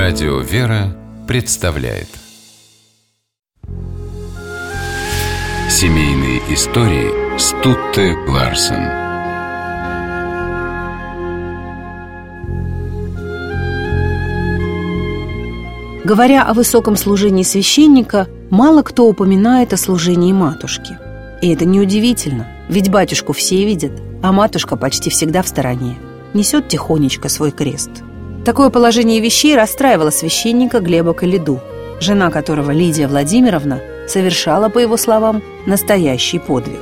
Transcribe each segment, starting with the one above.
Радио «Вера» представляет семейные истории Стутте Ларсен. Говоря о высоком служении священника, мало кто упоминает о служении матушки. И это неудивительно, ведь батюшку все видят, а матушка почти всегда в стороне, несет тихонечко свой крест. Такое положение вещей расстраивало священника Глеба Коляду, жена которого, Лидия Владимировна, совершала, по его словам, настоящий подвиг.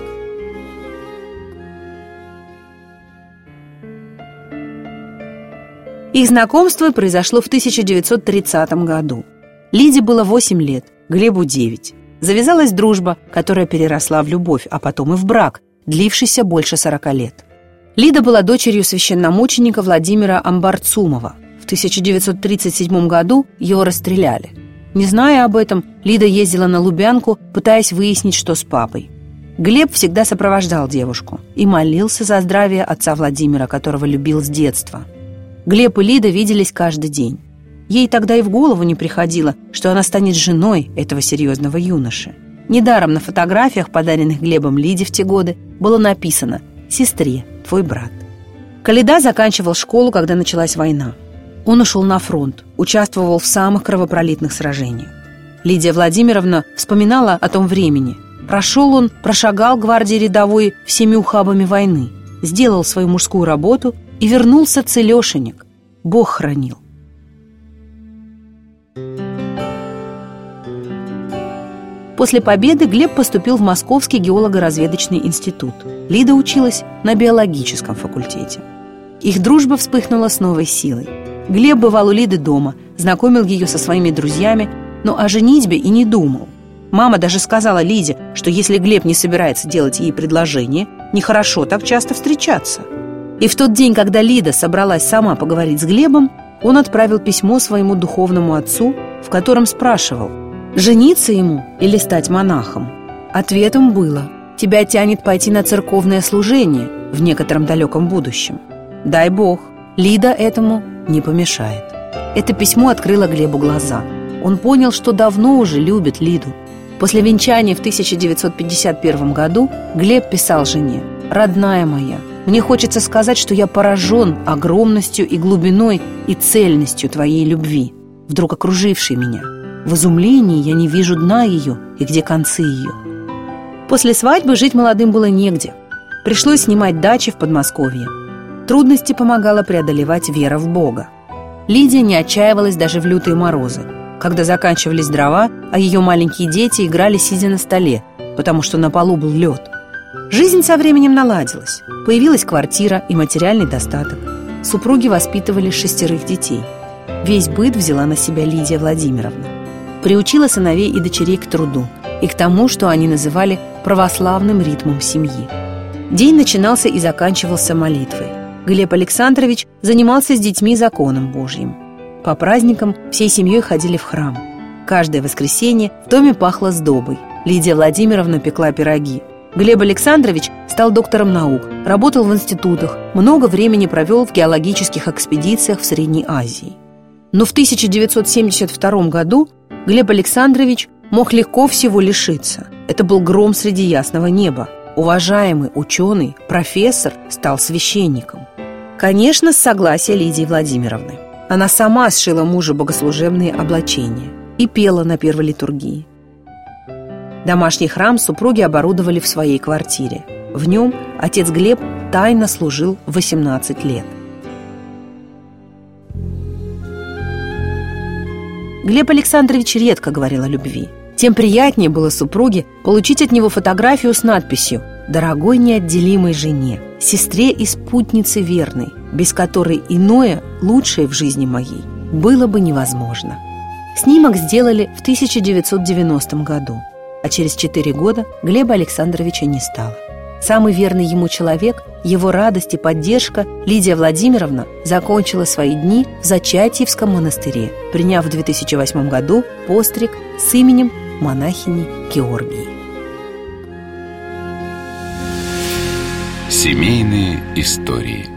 Их знакомство произошло в 1930 году. Лиде было 8 лет, Глебу 9. Завязалась дружба, которая переросла в любовь, а потом и в брак, длившийся больше 40 лет. Лида была дочерью священномученика Владимира Амбарцумова. В 1937 году его расстреляли. Не зная об этом, Лида ездила на Лубянку, пытаясь выяснить, что с папой. Глеб всегда сопровождал девушку и молился за здравие отца Владимира, которого любил с детства. Глеб и Лида виделись каждый день. Ей тогда и в голову не приходило, что она станет женой этого серьезного юноши. Недаром на фотографиях, подаренных Глебом Лиде в те годы, было написано «Сестре, твой брат». Коляда заканчивал школу, когда началась война. Он ушел на фронт, участвовал в самых кровопролитных сражениях. Лидия Владимировна вспоминала о том времени. Прошагал гвардии рядовой всеми ухабами войны, сделал свою мужскую работу и вернулся целешенек. Бог хранил. После победы Глеб поступил в Московский геолого-разведочный институт. Лида училась на биологическом факультете. Их дружба вспыхнула с новой силой. Глеб бывал у Лиды дома, знакомил ее со своими друзьями, но о женитьбе и не думал. Мама даже сказала Лиде, что если Глеб не собирается делать ей предложение, нехорошо так часто встречаться. И в тот день, когда Лида собралась сама поговорить с Глебом, он отправил письмо своему духовному отцу, в котором спрашивал, жениться ему или стать монахом. Ответом было: тебя тянет пойти на церковное служение в некотором далеком будущем. Дай Бог, Лида этому не помешает. Это письмо открыло Глебу глаза. Он понял, что давно уже любит Лиду. После венчания в 1951 году Глеб писал жене: «Родная моя, мне хочется сказать, что я поражен огромностью и глубиной и цельностью твоей любви, вдруг окружившей меня. В изумлении я не вижу дна ее и где концы ее». После свадьбы жить молодым было негде. Пришлось снимать дачи в Подмосковье. Трудности помогала преодолевать вера в Бога. Лидия не отчаивалась даже в лютые морозы, когда заканчивались дрова, а ее маленькие дети играли, сидя на столе, потому что на полу был лед. Жизнь со временем наладилась. Появилась квартира и материальный достаток. Супруги воспитывали 6 детей. Весь быт взяла на себя Лидия Владимировна. Приучила сыновей и дочерей к труду и к тому, что они называли православным ритмом семьи. День начинался и заканчивался молитвой. Глеб Александрович занимался с детьми законом Божьим. По праздникам всей семьей ходили в храм. Каждое воскресенье в доме пахло сдобой. Лидия Владимировна пекла пироги. Глеб Александрович стал доктором наук, работал в институтах, много времени провел в геологических экспедициях в Средней Азии. Но в 1972 году Глеб Александрович мог легко всего лишиться. Это был гром среди ясного неба. Уважаемый ученый, профессор стал священником. Конечно, с согласия Лидии Владимировны. Она сама сшила мужу богослужебные облачения и пела на первой литургии. Домашний храм супруги оборудовали в своей квартире. В нем отец Глеб тайно служил 18 лет. Глеб Александрович редко говорил о любви. Тем приятнее было супруге получить от него фотографию с надписью «Дорогой неотделимой жене, сестре и спутнице верной, без которой иное, лучшее в жизни моей, было бы невозможно». Снимок сделали в 1990 году, а через 4 года Глеба Александровича не стало. Самый верный ему человек, его радость и поддержка, Лидия Владимировна, закончила свои дни в Зачатиевском монастыре, приняв в 2008 году постриг с именем монахини Георгии. Семейные истории.